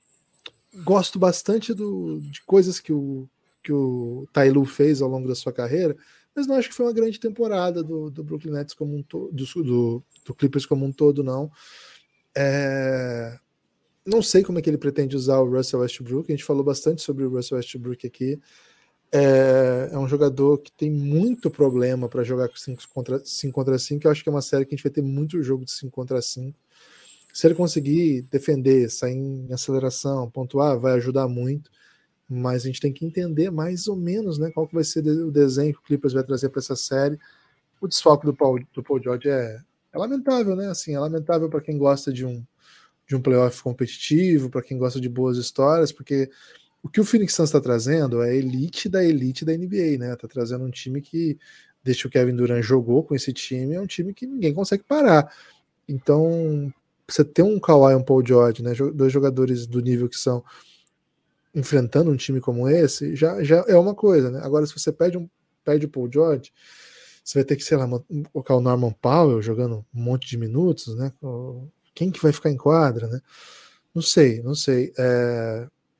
Gosto bastante do, de coisas que o, que o Ty Lue fez ao longo da sua carreira, mas não acho que foi uma grande temporada do, do Brooklyn Nets como um todo, do, do, do Clippers como um todo, não. É... Não sei como é que ele pretende usar o Russell Westbrook. A gente falou bastante sobre o Russell Westbrook aqui. É, é um jogador que tem muito problema para jogar com cinco contra cinco. Eu acho que é uma série que a gente vai ter muito jogo de cinco contra cinco. Se ele conseguir defender, sair em aceleração, pontuar, vai ajudar muito. Mas a gente tem que entender mais ou menos, né, qual que vai ser o desenho que o Clippers vai trazer para essa série. O desfalque do Paul, do Paul George é, é lamentável, né? Assim, é lamentável para quem gosta de um, de um playoff competitivo, para quem gosta de boas histórias, porque o que o Phoenix Suns está trazendo é a elite da elite da N B A, né? Tá trazendo um time que, desde que o Kevin Durant jogou com esse time, é um time que ninguém consegue parar. Então, você ter um Kawhi e um Paul George, né? Dois jogadores do nível que são, enfrentando um time como esse, já, já é uma coisa, né? Agora, se você perde, um, perde o Paul George, você vai ter que, sei lá, colocar o Norman Powell jogando um monte de minutos, né? Quem que vai ficar em quadra, né? Não sei, não sei. É...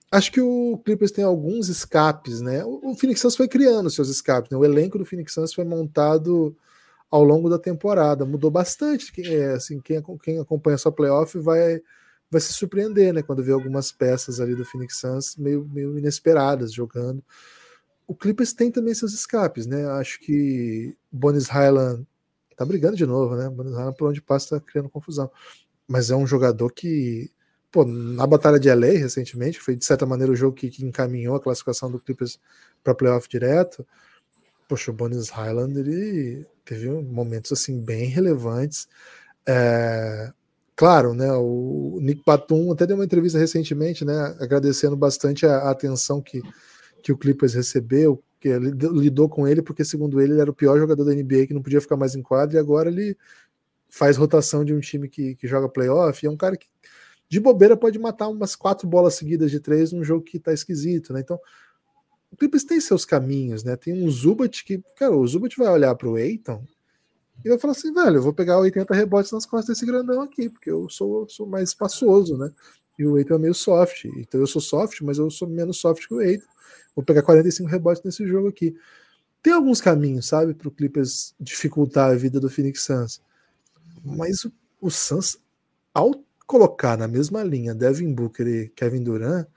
Acho que o Clippers tem alguns escapes, né? O Phoenix Suns foi criando seus escapes, né? O elenco do Phoenix Suns foi montado ao longo da temporada, mudou bastante. Quem, é, assim, quem, quem acompanha só playoff vai, vai se surpreender, né? Quando vê algumas peças ali do Phoenix Suns meio, meio inesperadas jogando. O Clippers tem também seus escapes, né? Acho que Bones Highland tá brigando de novo, né? Bones Highland por onde passa tá criando confusão. Mas é um jogador que, pô, na Batalha de L A recentemente, foi de certa maneira o jogo que, que encaminhou a classificação do Clippers para playoff direto. Poxa, o Bones Highland, ele teve momentos assim bem relevantes. É, claro, né? O Nick Batum até deu uma entrevista recentemente, né? Agradecendo bastante a, a atenção que, que o Clippers recebeu, que ele lidou com ele, porque segundo ele, ele era o pior jogador da N B A que não podia ficar mais em quadra, e agora ele faz rotação de um time que, que joga playoff, e é um cara que de bobeira pode matar umas quatro bolas seguidas de três num jogo que tá esquisito, né? Então, o Clippers tem seus caminhos, né? Tem um Zubat que, cara, o Zubat vai olhar pro Ayton e vai falar assim, velho, eu vou pegar oitenta rebotes nas costas desse grandão aqui, porque eu sou, sou mais espaçoso, né? E o Ayton é meio soft, então eu sou soft, mas eu sou menos soft que o Ayton. Vou pegar quarenta e cinco rebotes nesse jogo aqui. Tem alguns caminhos, sabe, pro Clippers dificultar a vida do Phoenix Suns. Mas o, o Suns, ao colocar na mesma linha Devin Booker e Kevin Durant,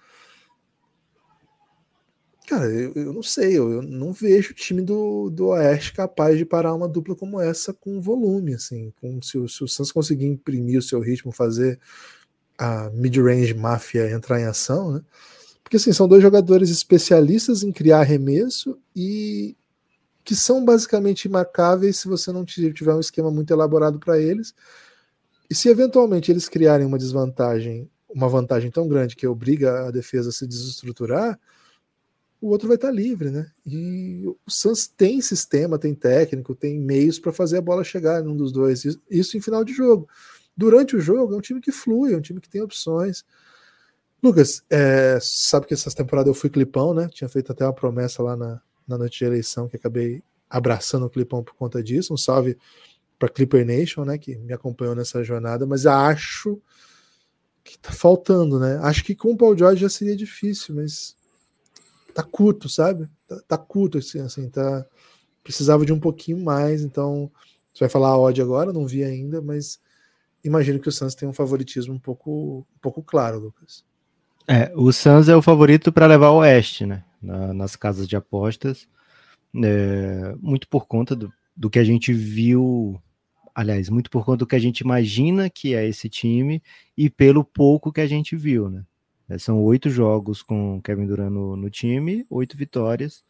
cara, eu, eu não sei, eu, eu não vejo o time do, do Oeste capaz de parar uma dupla como essa com volume, assim, com, se, o, se o Suns conseguir imprimir o seu ritmo, fazer a mid-range máfia entrar em ação, né? Porque assim, são dois jogadores especialistas em criar arremesso e que são basicamente imarcáveis se você não tiver um esquema muito elaborado para eles. E se eventualmente eles criarem uma desvantagem, uma vantagem tão grande que obriga a defesa a se desestruturar, o outro vai estar livre, né? E o Suns tem sistema, tem técnico, tem meios para fazer a bola chegar num dos dois. Isso em final de jogo. Durante o jogo, é um time que flui, é um time que tem opções. Lucas, é, sabe que essa temporada eu fui clipão, né? Tinha feito até uma promessa lá na, na noite de eleição que acabei abraçando o clipão por conta disso. Um salve para Clipper Nation, né? Que me acompanhou nessa jornada, mas acho que tá faltando, né? Acho que com o Paul George já seria difícil, mas tá curto, sabe? Tá, tá curto, assim, assim, tá. Precisava de um pouquinho mais, então. Você vai falar a odd agora, não vi ainda, mas imagino que o Suns tem um favoritismo um pouco, um pouco claro, Lucas. É, o Suns é o favorito para levar o Oeste, né? Na, nas casas de apostas. É, muito por conta do, do que a gente viu. Aliás, muito por conta do que a gente imagina que é esse time e pelo pouco que a gente viu, né? São oito jogos com Kevin Durant no, no time, oito vitórias.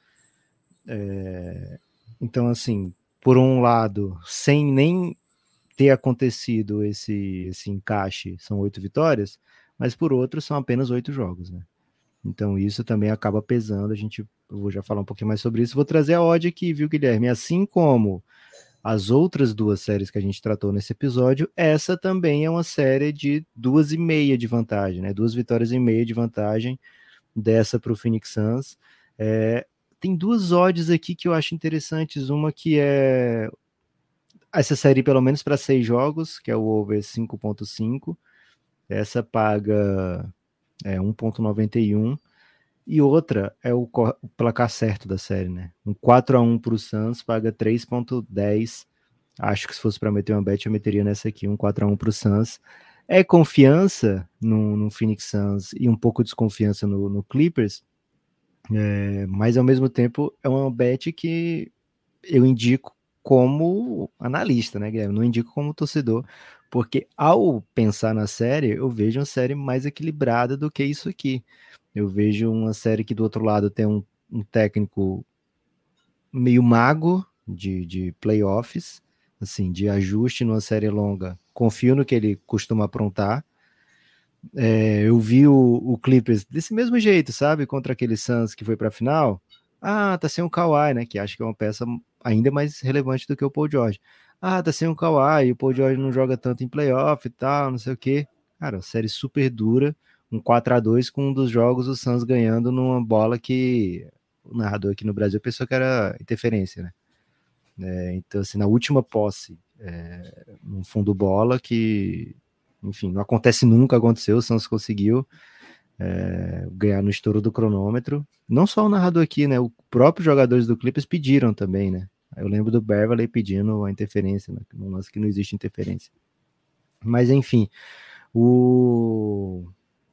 É, então, assim, por um lado, sem nem ter acontecido esse, esse encaixe, são oito vitórias, mas por outro, são apenas oito jogos, né? Então, isso também acaba pesando. A gente, eu vou já falar um pouquinho mais sobre isso. Vou trazer a odd aqui, viu, Guilherme? Assim como as outras duas séries que a gente tratou nesse episódio, essa também é uma série de duas e meia de vantagem, né? Duas vitórias e meia de vantagem dessa para o Phoenix Suns. É, tem duas odds aqui que eu acho interessantes. Uma que é essa série pelo menos para seis jogos, que é o over cinco ponto cinco. Essa paga é, um ponto noventa e um. E outra é o, o placar certo da série, né? Um quatro a um para o Suns paga três ponto dez. Acho que se fosse para meter uma bet, eu meteria nessa aqui, um quatro a um para o Suns. É confiança no, no Phoenix Suns e um pouco de desconfiança no, no Clippers, é, mas ao mesmo tempo é uma bet que eu indico como analista, né, Guilherme? Não indico como torcedor, porque ao pensar na série, eu vejo uma série mais equilibrada do que isso aqui. Eu vejo uma série que do outro lado tem um, um técnico meio mago de, de playoffs, assim, de ajuste numa série longa. Confio no que ele costuma aprontar. É, eu vi o, o Clippers desse mesmo jeito, sabe? Contra aquele Suns que foi para a final. Ah, tá sem o Kawhi, né? Que acho que é uma peça ainda mais relevante do que o Paul George. Ah, tá sem o Kawhi, o Paul George não joga tanto em playoff e tal, não sei o quê. Cara, série super dura, um quatro a dois com um dos jogos o Suns ganhando numa bola que o narrador aqui no Brasil pensou que era interferência, né? É, então, assim, na última posse, é, um fundo bola que, enfim, não acontece nunca, aconteceu, o Suns conseguiu. é, ganhar no estouro do cronômetro. Não só o narrador aqui, né? Os próprios jogadores do Clippers pediram também, né? Eu lembro do Beverley pedindo a interferência, né? Num lance que não existe interferência. Mas enfim, o,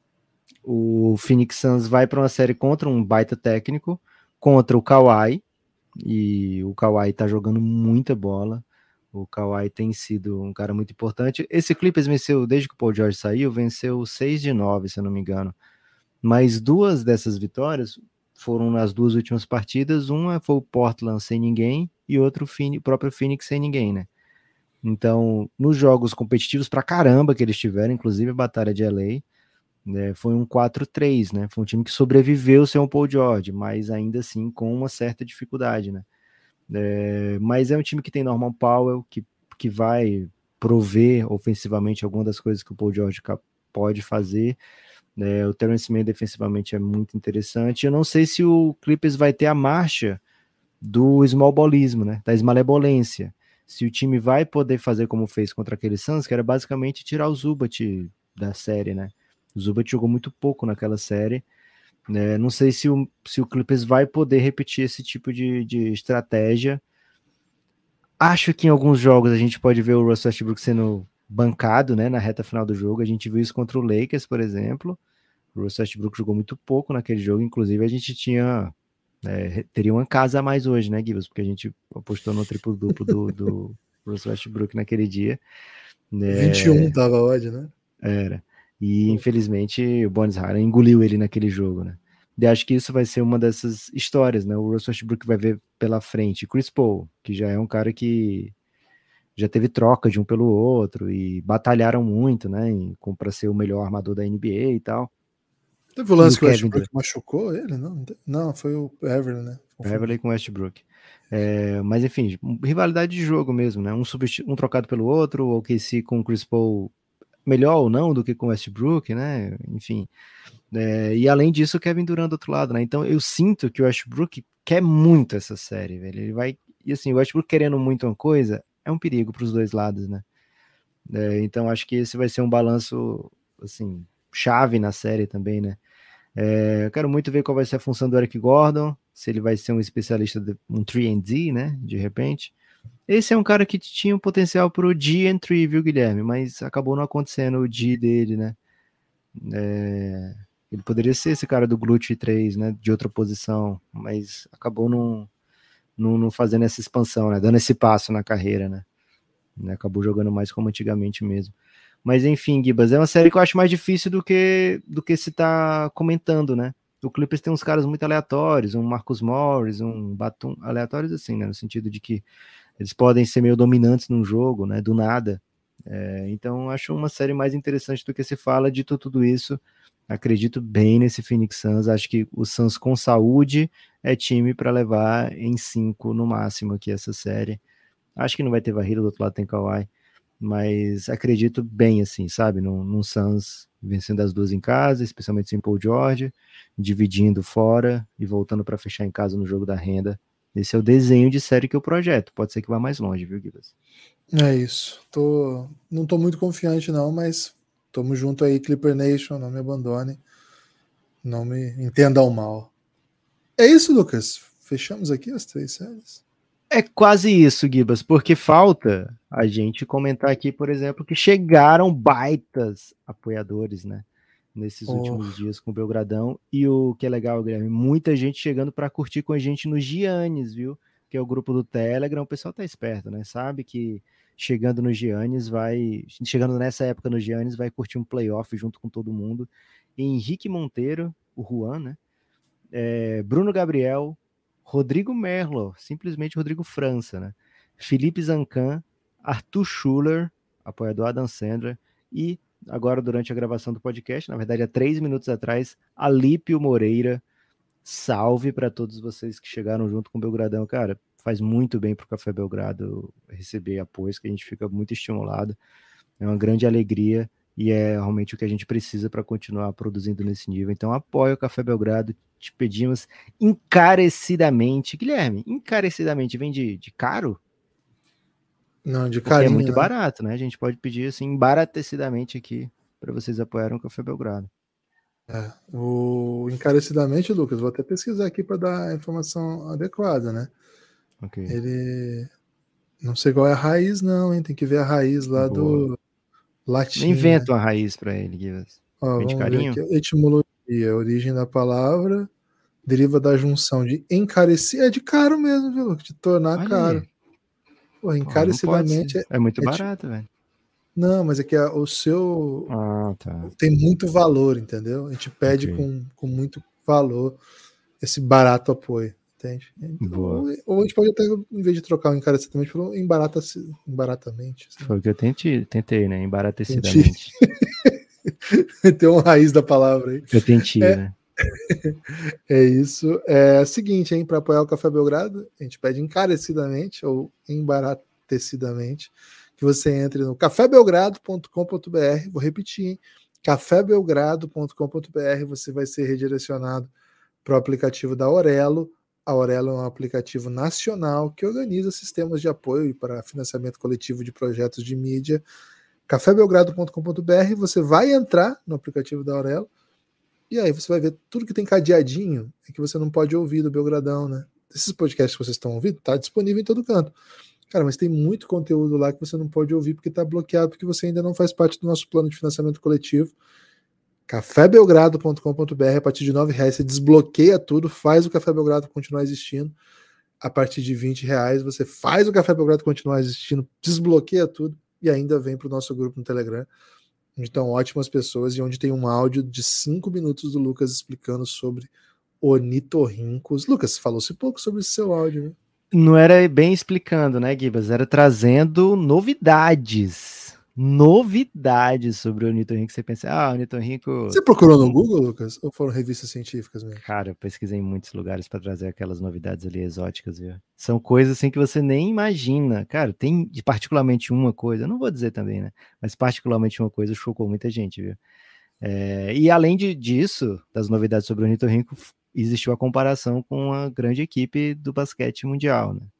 o Phoenix Suns vai para uma série contra um baita técnico, contra o Kawhi, e o Kawhi tá jogando muita bola. O Kawhi tem sido um cara muito importante. Esse Clippers venceu, desde que o Paul George saiu, venceu seis de nove, se eu não me engano. Mas duas dessas vitórias foram nas duas últimas partidas. Uma foi o Portland sem ninguém e outro o próprio Phoenix sem ninguém, né? Então, nos jogos competitivos pra caramba que eles tiveram, inclusive a Batalha de L A, né, foi um quatro três, né? Foi um time que sobreviveu sem o Paul George, mas ainda assim com uma certa dificuldade, né? É, mas é um time que tem Norman Powell, que, que vai prover ofensivamente algumas das coisas que o Paul George pode fazer. É, o Terence Mann defensivamente é muito interessante. Eu não sei se o Clippers vai ter a marcha do small ballismo, né? Da esmalebolência. Se o time vai poder fazer como fez contra aquele Suns, que era basicamente tirar o Zubat da série, né? O Zubat jogou muito pouco naquela série. É, não sei se o, se o Clippers vai poder repetir esse tipo de, de estratégia. Acho que em alguns jogos a gente pode ver o Russell Westbrook sendo bancado, né, na reta final do jogo. A gente viu isso contra o Lakers, por exemplo. O Russell Westbrook jogou muito pouco naquele jogo. Inclusive, a gente tinha é, teria uma casa a mais hoje, né, Gibbs? Porque a gente apostou no triplo-duplo do, do Russell Westbrook naquele dia. É, vinte e um tava odd, né? Era. E, infelizmente, o Bones Highland engoliu ele naquele jogo, né? E acho que isso vai ser uma dessas histórias, né? O Russell Westbrook vai ver pela frente. Chris Paul, que já é um cara que já teve troca de um pelo outro e batalharam muito, né? Para ser o melhor armador da N B A e tal. Teve o lance o que o Westbrook machucou ele? Não, não, foi o Beverley, né? Beverley com o Westbrook. É, mas, enfim, rivalidade de jogo mesmo, né? Um, um trocado pelo outro, ou que se com o Chris Paul melhor ou não do que com o Westbrook, né? Enfim. É, e além disso, o Kevin Durant do outro lado, né? Então eu sinto que o Westbrook quer muito essa série, velho. Ele vai. E assim, o Westbrook querendo muito uma coisa é um perigo para os dois lados, né? É, então acho que esse vai ser um balanço, assim, chave na série também, né? É, eu quero muito ver qual vai ser a função do Eric Gordon, se ele vai ser um especialista, de, um três and D, né? De repente. Esse é um cara que tinha um potencial pro G and três, viu, Guilherme? Mas acabou não acontecendo o G dele, né? É, ele poderia ser esse cara do glúteo três, né? De outra posição, mas acabou não, não, não fazendo essa expansão, né? Dando esse passo na carreira, né? Acabou jogando mais como antigamente mesmo. Mas enfim, Gibas, é uma série que eu acho mais difícil do que, do que se tá comentando, né? O Clippers tem uns caras muito aleatórios, um Marcus Morris, um Batum, aleatórios assim, né? No sentido de que eles podem ser meio dominantes num jogo, né? Do nada. É, então, acho uma série mais interessante do que se fala. Dito tudo isso, acredito bem nesse Phoenix Suns. Acho que o Suns com saúde é time para levar em cinco no máximo aqui essa série. Acho que não vai ter varrida, do outro lado tem Kawhi, mas acredito bem assim, sabe? Num, num Suns vencendo as duas em casa, especialmente sem Paul George, dividindo fora e voltando para fechar em casa no jogo da renda. Esse é o desenho de série que eu projeto. Pode ser que vá mais longe, viu, Guilherme? É isso. Tô, não tô muito confiante não, mas tamo junto aí, Clipper Nation, não me abandone. Não me entendam mal. É isso, Lucas. Fechamos aqui as três séries. É quase isso, Gibas, porque falta a gente comentar aqui, por exemplo, que chegaram baitas apoiadores, né? Nesses oh. últimos dias com o Belgradão. E o que é legal, Guilherme, muita gente chegando para curtir com a gente no Giannis, viu? Que é o grupo do Telegram. O pessoal tá esperto, né? Sabe que chegando no Giannis vai... Chegando nessa época no Giannis vai curtir um playoff junto com todo mundo. E Henrique Monteiro, o Juan, né? É, Bruno Gabriel, Rodrigo Merlo, simplesmente Rodrigo França, né? Felipe Zancan, Arthur Schuller, apoiador Adam Sandler, e agora durante a gravação do podcast, na verdade há três minutos atrás, Alípio Moreira. Salve para todos vocês que chegaram junto com o Belgradão, cara, faz muito bem para o Café Belgrado receber apoios, que a gente fica muito estimulado, é uma grande alegria e é realmente o que a gente precisa para continuar produzindo nesse nível. Então apoia o Café Belgrado, te pedimos encarecidamente. Guilherme, encarecidamente vem de, de caro? Não, de Porque carinho, é muito né? barato, né? A gente pode pedir assim, baratecidamente aqui, para vocês apoiarem o Café Belgrado. É, o encarecidamente, Lucas, vou até pesquisar aqui para dar a informação adequada, né? Ok. Ele. Não sei qual é a raiz, não, hein? Tem que ver a raiz lá Boa. do latim. Inventa Né? uma raiz para ele, Givas. Ó, Vem de vamos ver carinho? aqui. Etimologia, origem da palavra, deriva da junção de encarecer. É de caro mesmo, viu, Lucas? De tornar Olha caro. aí. Pô, Pô, não pode ser. encarecidamente é, É muito é tipo. barato, velho. Não, mas é que a- o seu Ah, tá. tem muito valor, entendeu? A gente pede Ok. com, com muito valor esse barato apoio, entende? Então, Boa. ou, ou a gente pode até, em vez de trocar o encarecidamente, por um embarata, embaratamente. Assim. Foi o que eu tentei, tentei, né? Embaratecidamente. Tem uma raiz da palavra aí. Eu tentei, É, né? é isso. É o seguinte, hein? Para apoiar o Café Belgrado, a gente pede encarecidamente ou embaratecidamente que você entre no café belgrado ponto com ponto b r. Vou repetir, hein? café belgrado ponto com ponto b r. Você vai ser redirecionado para o aplicativo da Aurelo. A Aurelo é um aplicativo nacional que organiza sistemas de apoio para financiamento coletivo de projetos de mídia. café belgrado ponto com ponto b r. Você vai entrar no aplicativo da Aurelo e aí você vai ver tudo que tem cadeadinho é que você não pode ouvir do Belgradão, né? Esses podcasts que vocês estão ouvindo, tá disponível em todo canto. Cara, mas tem muito conteúdo lá que você não pode ouvir porque tá bloqueado, porque você ainda não faz parte do nosso plano de financiamento coletivo. café belgrado ponto com ponto b r, a partir de nove reais você desbloqueia tudo, faz o Café Belgrado continuar existindo. A partir de vinte reais você faz o Café Belgrado continuar existindo, desbloqueia tudo e ainda vem para o nosso grupo no Telegram, onde estão ótimas pessoas e onde tem um áudio de cinco minutos do Lucas explicando sobre ornitorrincos. Lucas, falou-se pouco sobre esse seu áudio, né? Não era bem explicando, né, Gibas? Era trazendo novidades. Novidades sobre o ornitorrinco. Você pensa, ah, o ornitorrinco... Você procurou no Google, Lucas? Ou foram revistas científicas mesmo? Cara, eu pesquisei em muitos lugares para trazer aquelas novidades ali exóticas, viu? São coisas assim que você nem imagina. Cara, tem particularmente uma coisa, eu não vou dizer também, né? Mas particularmente uma coisa chocou muita gente, viu? É, e além de, disso, das novidades sobre o ornitorrinco, existiu a comparação com uma grande equipe do basquete mundial, né?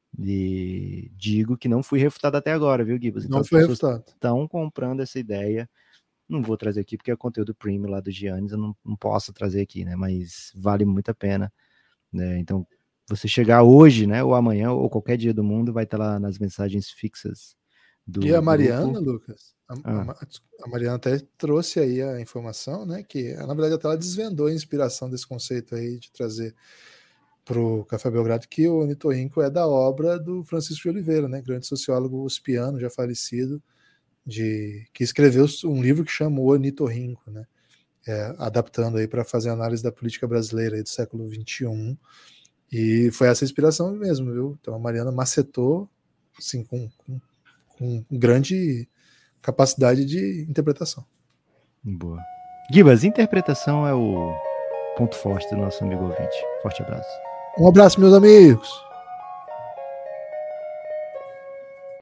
E digo que não fui refutado até agora, viu, Gibas? Então Não as foi pessoas refutado. estão comprando essa ideia. Não vou trazer aqui porque é conteúdo premium lá do Giannis, eu não, não posso trazer aqui, né? Mas vale muito a pena, né? Então, você chegar hoje, né? Ou amanhã, ou qualquer dia do mundo, vai estar lá nas mensagens fixas do E a Mariana, grupo. Lucas, a, Ah. a, a Mariana até trouxe aí a informação, né? Que na verdade até ela desvendou a inspiração desse conceito aí de trazer para o Café Belgrado que o ornitorrinco é da obra do Francisco de Oliveira, né? Grande sociólogo uspiano, já falecido, de que escreveu um livro que chama O Ornitorrinco, né? É, adaptando aí para fazer análise da política brasileira aí do século vinte e um. E foi essa inspiração mesmo, viu? Então a Mariana macetou assim, com, com, com grande capacidade de interpretação. Boa. Gibas, interpretação é o ponto forte do nosso amigo ouvinte. Forte abraço. Um abraço, meus amigos.